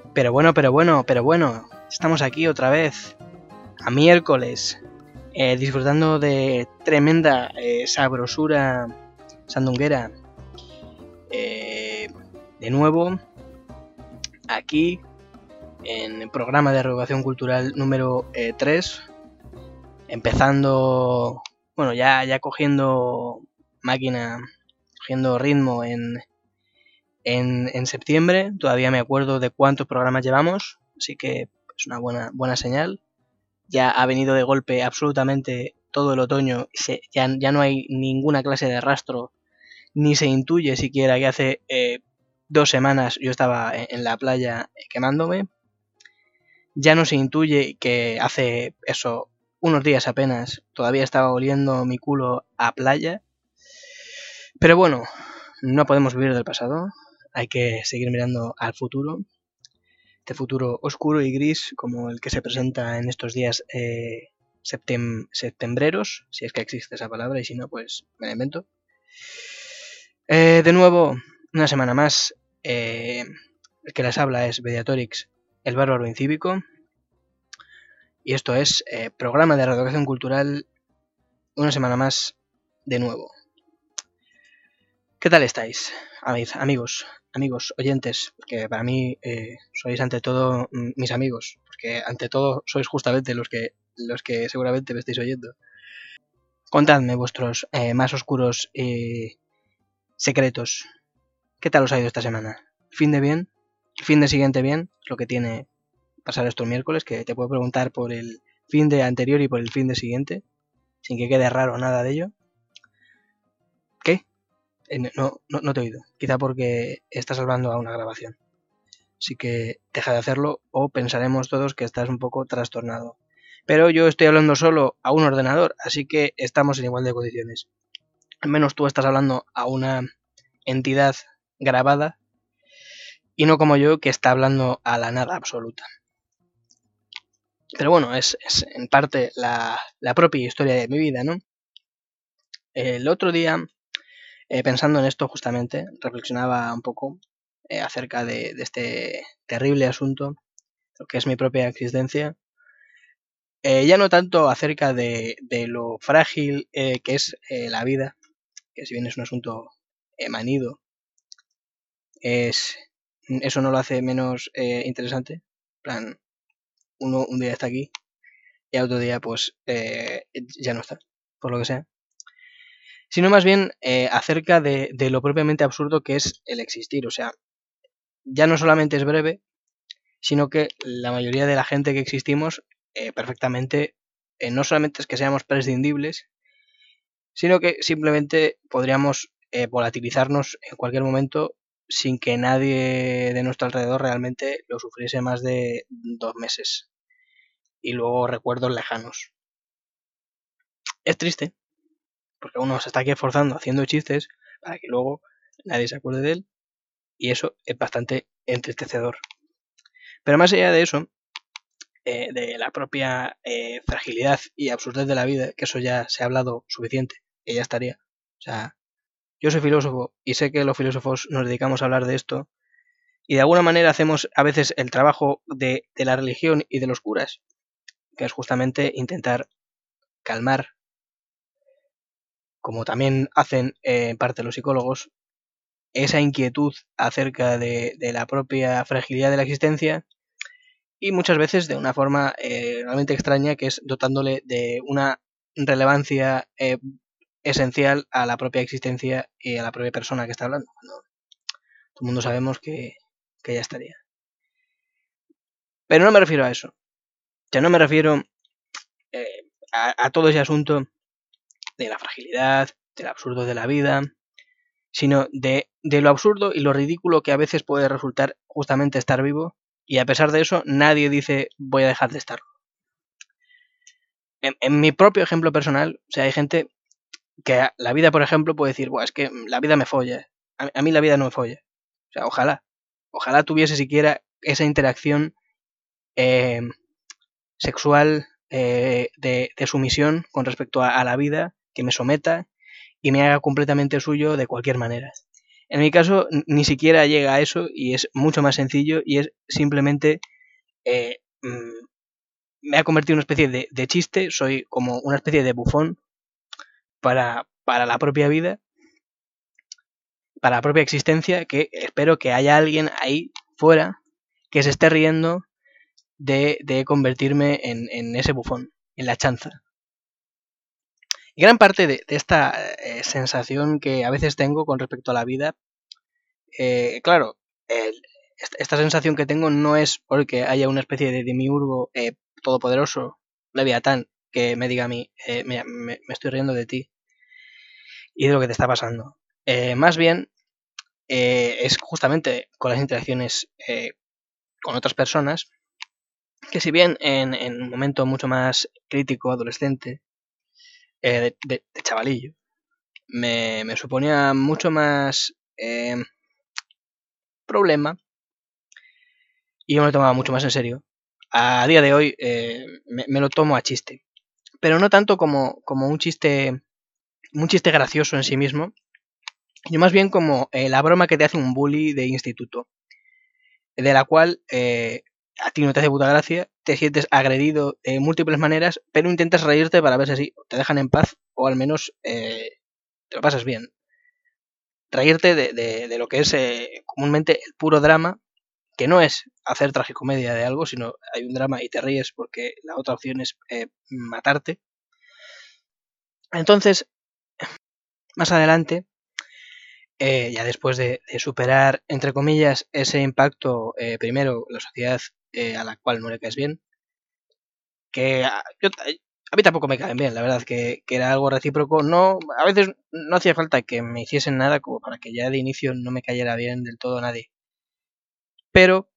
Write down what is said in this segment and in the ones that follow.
Pero bueno, estamos aquí otra vez, a miércoles, disfrutando de tremenda sabrosura sandunguera. De nuevo, aquí, en el programa de Reeducación Cultural número 3, empezando, bueno, ya cogiendo máquina, cogiendo ritmo en septiembre. Todavía me acuerdo de cuántos programas llevamos, así que es una buena señal. Ya ha venido de golpe absolutamente todo el otoño, ya no hay ninguna clase de rastro, ni se intuye siquiera que hace 2 semanas yo estaba en la playa quemándome. Ya no se intuye que hace eso, unos días apenas, todavía estaba oliendo mi culo a playa. Pero bueno, no podemos vivir del pasado, hay que seguir mirando al futuro. Este futuro oscuro y gris como el que se presenta en estos días septembreros, si es que existe esa palabra, y si no, pues me la invento. De nuevo, una semana más, el que les habla es Mediatorix, el bárbaro incívico, y esto es programa de reeducación cultural, una semana más de nuevo. ¿Qué tal estáis, amigos, oyentes? Que para mí sois ante todo mis amigos, porque ante todo sois justamente los que seguramente me estáis oyendo. Contadme vuestros más oscuros secretos. ¿Qué tal os ha ido esta semana? ¿Fin de bien? ¿El fin de siguiente bien? Es lo que tiene pasar estos miércoles, que te puedo preguntar por el fin de anterior y por el fin de siguiente, sin que quede raro nada de ello. ¿Qué? No te he oído. Quizá porque estás hablando a una grabación. Así que deja de hacerlo o pensaremos todos que estás un poco trastornado. Pero yo estoy hablando solo a un ordenador, así que estamos en igual de condiciones. Al menos tú estás hablando a una entidad grabada y no como yo, que está hablando a la nada absoluta. Pero bueno, es en parte la propia historia de mi vida, ¿no? El otro día, pensando en esto justamente, reflexionaba un poco acerca de este terrible asunto, lo que es mi propia existencia. Ya no tanto acerca de lo frágil que es la vida, que si bien es un asunto manido, eso no lo hace menos interesante. En plan, uno un día está aquí y al otro día pues ya no está, por lo que sea. Sino más bien acerca de lo propiamente absurdo que es el existir. O sea, ya no solamente es breve, sino que la mayoría de la gente que existimos perfectamente, no solamente es que seamos prescindibles, sino que simplemente podríamos volatilizarnos en cualquier momento sin que nadie de nuestro alrededor realmente lo sufriese más de 2 meses. Y luego recuerdos lejanos. Es triste, porque uno se está aquí esforzando haciendo chistes para que luego nadie se acuerde de él, y eso es bastante entristecedor. Pero más allá de eso, de la propia fragilidad y absurdez de la vida, que eso ya se ha hablado suficiente, y ya estaría. O sea, yo soy filósofo y sé que los filósofos nos dedicamos a hablar de esto, y de alguna manera hacemos a veces el trabajo de la religión y de los curas, que es justamente intentar calmar, como también hacen en parte los psicólogos, esa inquietud acerca de la propia fragilidad de la existencia, y muchas veces de una forma realmente extraña, que es dotándole de una relevancia esencial a la propia existencia y a la propia persona que está hablando, cuando todo el mundo sabemos que ya estaría. Pero no me refiero a eso. Ya no me refiero a todo ese asunto de la fragilidad, del absurdo de la vida, sino de lo absurdo y lo ridículo que a veces puede resultar justamente estar vivo, y a pesar de eso nadie dice voy a dejar de estarlo. En mi propio ejemplo personal, o sea, hay gente que la vida, por ejemplo, puede decir, es que la vida me folla. A mí la vida no me folla. O sea, ojalá tuviese siquiera esa interacción sexual de sumisión con respecto a la vida, que me someta y me haga completamente suyo de cualquier manera. En mi caso, ni siquiera llega a eso y es mucho más sencillo y es simplemente... me ha convertido en una especie de chiste, soy como una especie de bufón para la propia vida, para la propia existencia, que espero que haya alguien ahí fuera que se esté riendo de convertirme en ese bufón, en la chanza. Y gran parte de esta sensación que a veces tengo con respecto a la vida, claro, esta sensación que tengo no es porque haya una especie de demiurgo todopoderoso, Leviatán, que me diga a mí, me estoy riendo de ti y de lo que te está pasando. Más bien, es justamente con las interacciones con otras personas, que si bien en un momento mucho más crítico, adolescente, de chavalillo, me suponía mucho más problema y yo me lo tomaba mucho más en serio. A día de hoy me lo tomo a chiste, pero no tanto como un chiste gracioso en sí mismo, sino más bien como la broma que te hace un bully de instituto, de la cual a ti no te hace puta gracia, te sientes agredido de múltiples maneras, pero intentas reírte para ver si así te dejan en paz o al menos te lo pasas bien. Reírte de lo que es comúnmente el puro drama, que no es hacer tragicomedia de algo, sino hay un drama y te ríes porque la otra opción es matarte. Entonces, más adelante, ya después de superar, entre comillas, ese impacto, primero, la sociedad a la cual no le caes bien, que a mí tampoco me caen bien, la verdad, que era algo recíproco. No, a veces no hacía falta que me hiciesen nada como para que ya de inicio no me cayera bien del todo nadie. Pero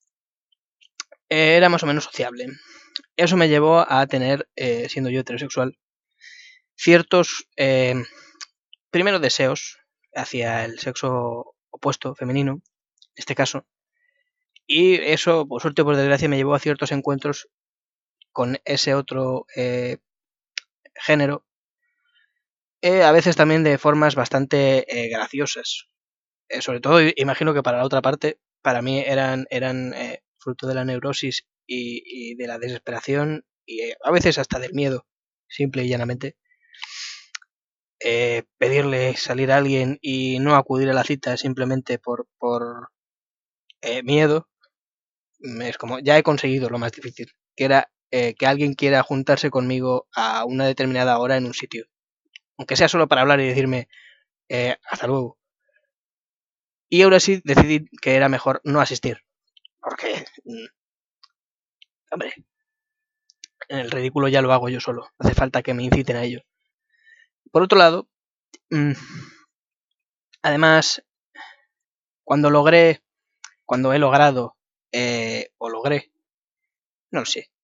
era más o menos sociable. Eso me llevó a tener, siendo yo heterosexual, ciertos, primero deseos hacia el sexo opuesto, femenino, en este caso, y eso, por suerte o por desgracia, me llevó a ciertos encuentros con ese otro género, a veces también de formas bastante graciosas. Sobre todo, imagino que para la otra parte, para mí eran fruto de la neurosis y de la desesperación y a veces hasta del miedo, simple y llanamente. Pedirle salir a alguien y no acudir a la cita simplemente por miedo, es como, ya he conseguido lo más difícil, que era que alguien quiera juntarse conmigo a una determinada hora en un sitio. Aunque sea solo para hablar y decirme hasta luego. Y ahora sí decidí que era mejor no asistir. Porque, hombre, en el ridículo ya lo hago yo solo. Hace falta que me inciten a ello. Por otro lado, además, cuando he logrado, o logré, no lo sé,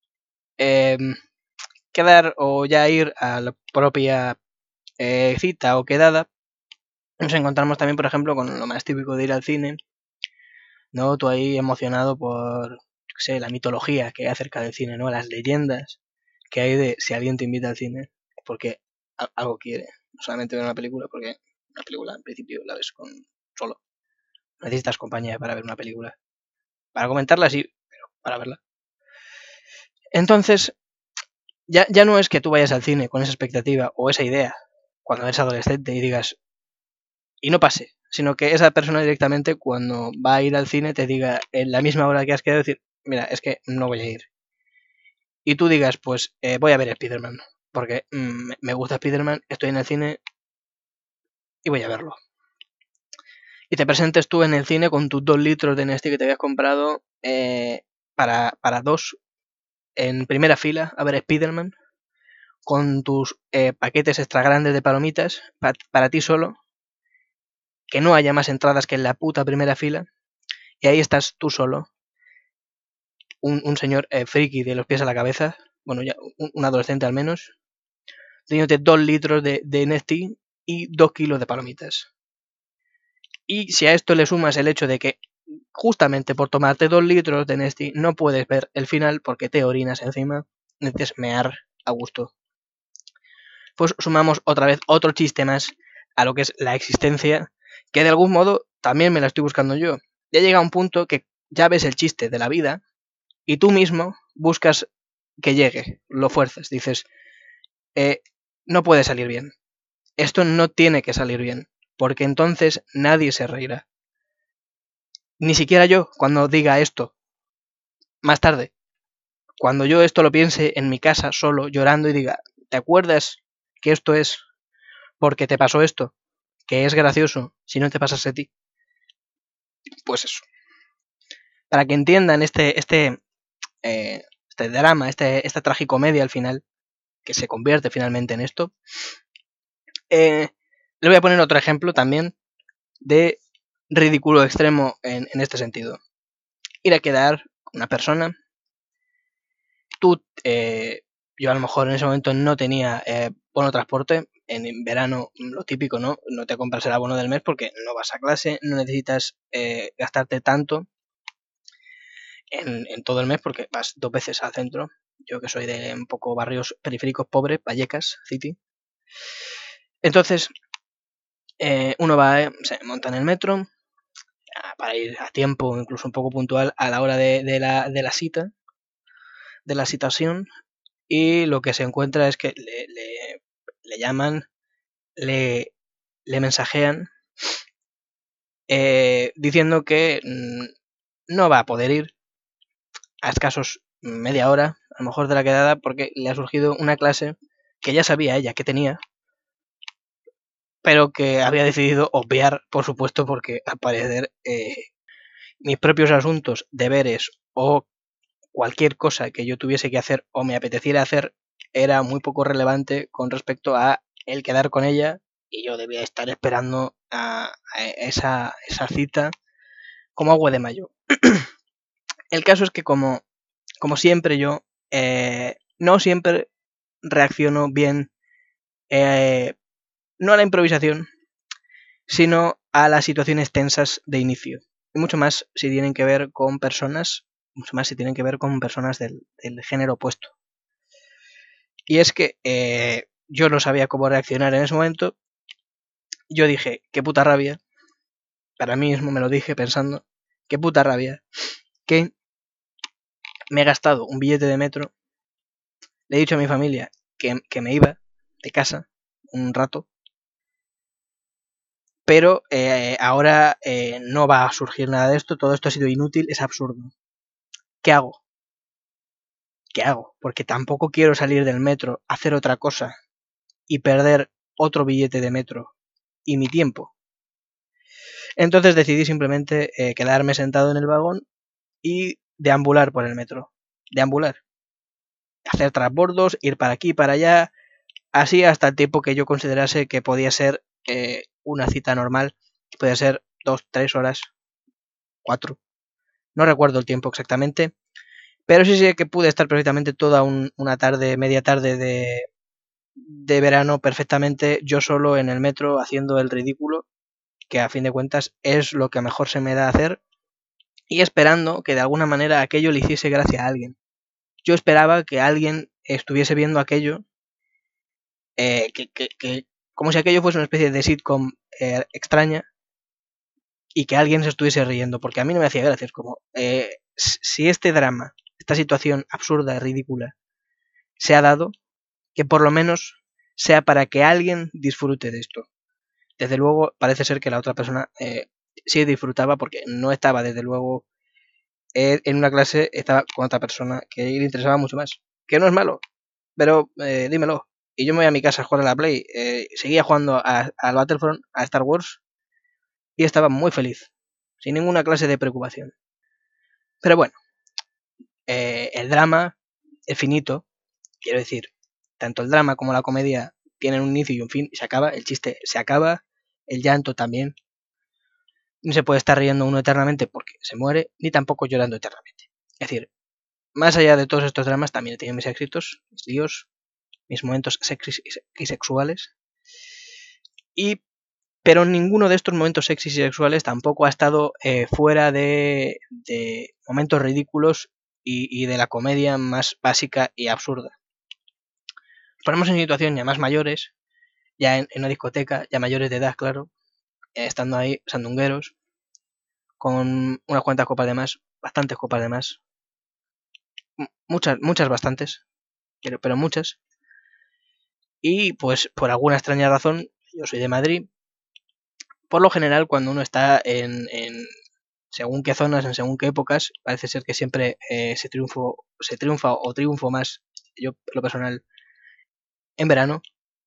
quedar o ya ir a la propia cita o quedada, nos encontramos también, por ejemplo, con lo más típico de ir al cine, ¿no? Tú ahí emocionado por, yo qué sé, la mitología que hay acerca del cine, ¿no? Las leyendas que hay de si alguien te invita al cine porque algo quiere, no solamente ver una película, porque una película en principio la ves solo. Necesitas compañía para ver una película. Para comentarla sí, pero para verla. Entonces, ya no es que tú vayas al cine con esa expectativa o esa idea cuando eres adolescente y digas, y no pase, sino que esa persona directamente cuando va a ir al cine te diga en la misma hora que has quedado, decir, mira, es que no voy a ir. Y tú digas, pues voy a ver Spider-Man, porque me gusta Spider-Man, estoy en el cine y voy a verlo. Y te presentes tú en el cine con tus 2 litros de Nestea que te habías comprado para 2 en primera fila a ver Spider-Man, con tus paquetes extra grandes de palomitas para ti solo, que no haya más entradas que en la puta primera fila, y ahí estás tú solo, un señor friki de los pies a la cabeza, bueno, ya un adolescente al menos, teniéndote 2 litros de Nestea y 2 kilos de palomitas. Y si a esto le sumas el hecho de que justamente por tomarte 2 litros de Nestea no puedes ver el final porque te orinas encima, necesitas mear a gusto. Pues sumamos otra vez otro chiste más a lo que es la existencia que de algún modo también me la estoy buscando yo. Ya llega un punto que ya ves el chiste de la vida y tú mismo buscas que llegue, lo fuerzas, dices, no puede salir bien, esto no tiene que salir bien, porque entonces nadie se reirá. Ni siquiera yo, cuando diga esto, más tarde, cuando yo esto lo piense en mi casa solo, llorando y diga, ¿te acuerdas que esto es porque te pasó esto? Que es gracioso si no te pasase a ti. Pues eso. Para que entiendan este drama, esta tragicomedia al final, que se convierte finalmente en esto, le voy a poner otro ejemplo también de ridículo extremo en este sentido. Ir a quedar con una persona, tú, yo a lo mejor en ese momento no tenía bono transporte, en verano lo típico, ¿no? No te compras el abono del mes porque no vas a clase, no necesitas gastarte tanto en todo el mes porque vas 2 veces al centro. Yo que soy de un poco barrios periféricos pobres, Vallecas City. Entonces, uno va, se monta en el metro para ir a tiempo, incluso un poco puntual a la hora de la cita, de la citación, y lo que se encuentra es que le llaman, le mensajean diciendo que no va a poder ir a escasos media hora, a lo mejor de la quedada, porque le ha surgido una clase que ya sabía ella que tenía, pero que había decidido obviar, por supuesto, porque al parecer mis propios asuntos, deberes o cualquier cosa que yo tuviese que hacer o me apeteciera hacer era muy poco relevante con respecto a el quedar con ella, y yo debía estar esperando a esa cita como agua de mayo. El caso es que como siempre yo no siempre reacciono bien, no a la improvisación, sino a las situaciones tensas de inicio. Y mucho más si tienen que ver con personas, del género opuesto. Y es que yo no sabía cómo reaccionar en ese momento. Yo dije, qué puta rabia. Para mí mismo me lo dije pensando, qué puta rabia que me he gastado un billete de metro. Le he dicho a mi familia que me iba de casa un rato, pero ahora no va a surgir nada de esto, todo esto ha sido inútil, es absurdo. ¿Qué hago? ¿Qué hago? Porque tampoco quiero salir del metro, hacer otra cosa y perder otro billete de metro y mi tiempo. Entonces decidí simplemente quedarme sentado en el vagón y deambular por el metro. Deambular. Hacer transbordos, ir para aquí, para allá, así hasta el tiempo que yo considerase que podía ser una cita normal, que podía ser 2, 3 horas, 4. No recuerdo el tiempo exactamente, pero sí sé que pude estar perfectamente toda una tarde, media tarde de verano perfectamente yo solo en el metro haciendo el ridículo, que a fin de cuentas es lo que mejor se me da hacer, y esperando que de alguna manera aquello le hiciese gracia a alguien. Yo esperaba que alguien estuviese viendo aquello, que como si aquello fuese una especie de sitcom extraña y que alguien se estuviese riendo, porque a mí no me hacía gracia. Es como, si este drama, esta situación absurda y ridícula se ha dado, que por lo menos sea para que alguien disfrute de esto. Desde luego parece ser que la otra persona sí disfrutaba, porque no estaba desde luego en una clase, estaba con otra persona que le interesaba mucho más. Que no es malo, pero dímelo. Y yo me voy a mi casa a jugar a la Play. Seguía jugando al Battlefront, a Star Wars, y estaba muy feliz, sin ninguna clase de preocupación. Pero bueno, el drama es finito, quiero decir, tanto el drama como la comedia tienen un inicio y un fin, y se acaba, el chiste se acaba, el llanto también. No se puede estar riendo uno eternamente porque se muere, ni tampoco llorando eternamente. Es decir, más allá de todos estos dramas, también he tenido mis éxitos, mis líos, mis momentos sexys y sexuales. Pero ninguno de estos momentos sexys y sexuales tampoco ha estado fuera de momentos ridículos y de la comedia más básica y absurda. Nos ponemos en situación ya más mayores, ya en una discoteca, ya mayores de edad, claro, estando ahí sandungueros, con unas cuantas copas de más, bastantes copas de más, muchas bastantes, pero muchas. Y pues por alguna extraña razón, yo soy de Madrid, por lo general cuando uno está en según qué zonas, en según qué épocas, parece ser que siempre se triunfa o triunfo más, yo lo personal, en verano.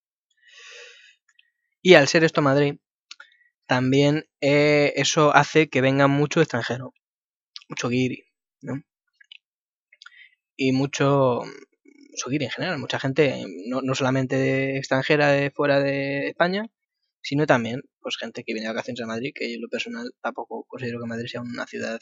Y al ser esto Madrid, también eso hace que venga mucho extranjero, mucho guiri, ¿no? Y mucho guiri en general, mucha gente, no solamente extranjera de fuera de España, sino también pues gente que viene de vacaciones a Madrid, que yo en lo personal tampoco considero que Madrid sea una ciudad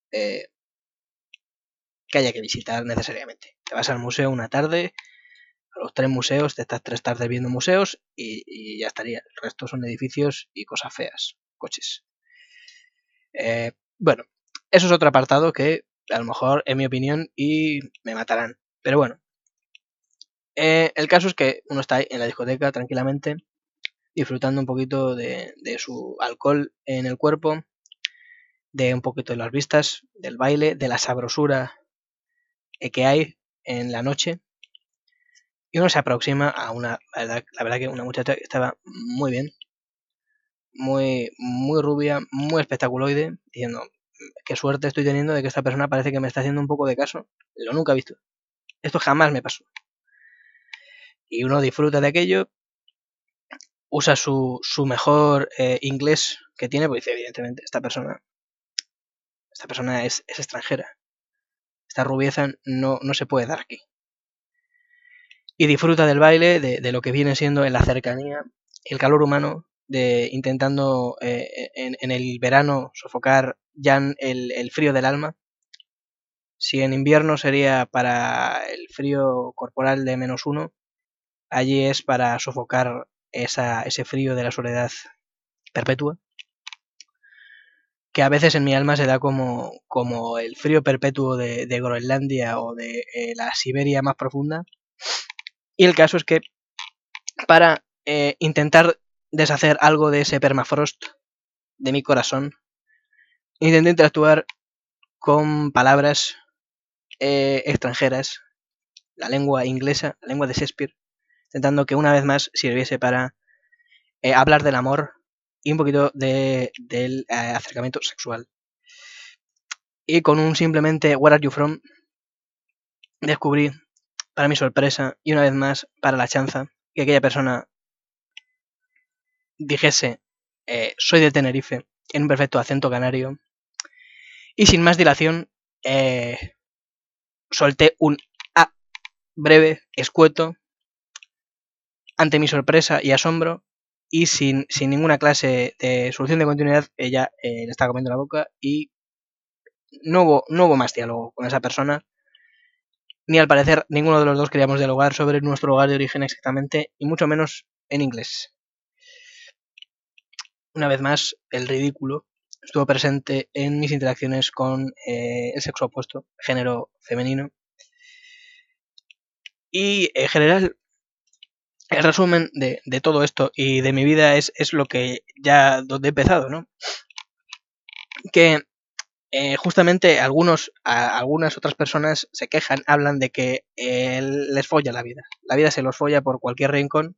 que haya que visitar necesariamente. Te vas al museo una tarde, a los 3 museos, te estás 3 tardes viendo museos y ya estaría. El resto son edificios y cosas feas, coches. Bueno, eso es otro apartado que a lo mejor es mi opinión y me matarán. Pero bueno, el caso es que uno está ahí en la discoteca tranquilamente, disfrutando un poquito de su alcohol en el cuerpo, de un poquito de las vistas, del baile, de la sabrosura que hay en la noche. Y uno se aproxima a la verdad que una muchacha que estaba muy bien, muy rubia, muy espectaculoide, diciendo, qué suerte estoy teniendo de que esta persona parece que me está haciendo un poco de caso. Lo nunca he visto. Esto jamás me pasó. Y uno disfruta de aquello, usa su mejor inglés que tiene, pues dice, evidentemente, esta persona es extranjera. Esta rubieza no se puede dar aquí. Y disfruta del baile, de lo que viene siendo en la cercanía, el calor humano, de intentando en el verano sofocar ya el frío del alma. Si en invierno sería para el frío corporal de -1, allí es para sofocar ese frío de la soledad perpetua, que a veces en mi alma se da como el frío perpetuo de Groenlandia o de la Siberia más profunda. Y el caso es que para intentar deshacer algo de ese permafrost de mi corazón, intenté interactuar con palabras extranjeras, la lengua inglesa, la lengua de Shakespeare, intentando que una vez más sirviese para hablar del amor y un poquito del acercamiento sexual. Y con un simplemente Where are you from, descubrí, para mi sorpresa, y una vez más, para la chanza, que aquella persona dijese soy de Tenerife, en un perfecto acento canario, y sin más dilación solté un A breve, escueto, ante mi sorpresa y asombro, y sin ninguna clase de solución de continuidad, ella le estaba comiendo la boca y no hubo más diálogo con esa persona, ni al parecer ninguno de los dos queríamos dialogar sobre nuestro lugar de origen exactamente, y mucho menos en inglés. Una vez más, el ridículo estuvo presente en mis interacciones con el sexo opuesto, género femenino. Y en general, el resumen de todo esto y de mi vida es lo que ya donde he empezado, ¿no? Que justamente algunas otras personas se quejan, hablan de que les folla la vida. La vida se los folla por cualquier rincón.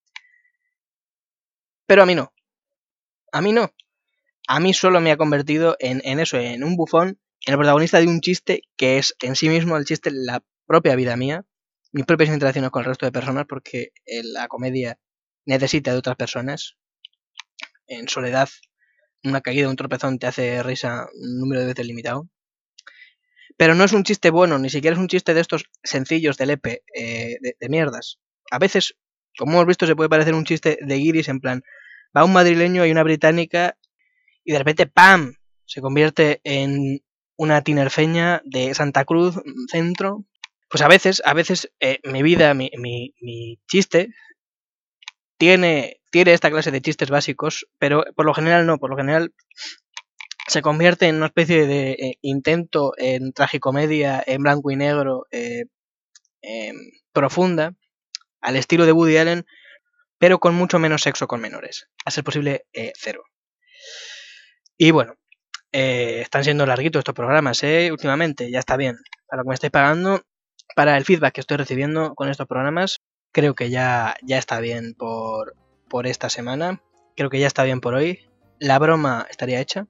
Pero a mí no. A mí no. A mí solo me ha convertido en eso, en un bufón, en el protagonista de un chiste que es en sí mismo el chiste la propia vida mía, mis propias interacciones con el resto de personas, porque la comedia necesita de otras personas. En soledad, una caída, un tropezón te hace risa un número de veces limitado. Pero no es un chiste bueno, ni siquiera es un chiste de estos sencillos de lepe, de mierdas. A veces, como hemos visto, se puede parecer un chiste de guiris en plan, va un madrileño y una británica y de repente ¡pam! Se convierte en una tinerfeña de Santa Cruz Centro. Pues a veces mi vida, mi chiste tiene esta clase de chistes básicos, pero por lo general no, por lo general se convierte en una especie de intento en tragicomedia en blanco y negro profunda, al estilo de Woody Allen, pero con mucho menos sexo con menores, a ser posible cero. Y bueno, están siendo larguitos estos programas, últimamente, ya está bien. Para lo que me estáis pagando, para el feedback que estoy recibiendo con estos programas, creo que ya está bien por esta semana. Creo que ya está bien por hoy. La broma estaría hecha.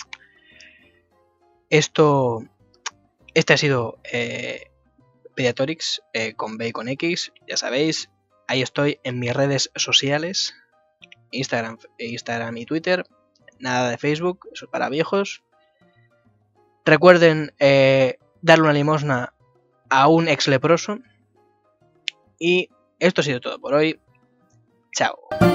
Este ha sido Pediatrix con B y con X, ya sabéis. Ahí estoy en mis redes sociales, Instagram y Twitter. Nada de Facebook, eso es para viejos. Recuerden darle una limosna a un ex leproso. Y esto ha sido todo por hoy. Chao.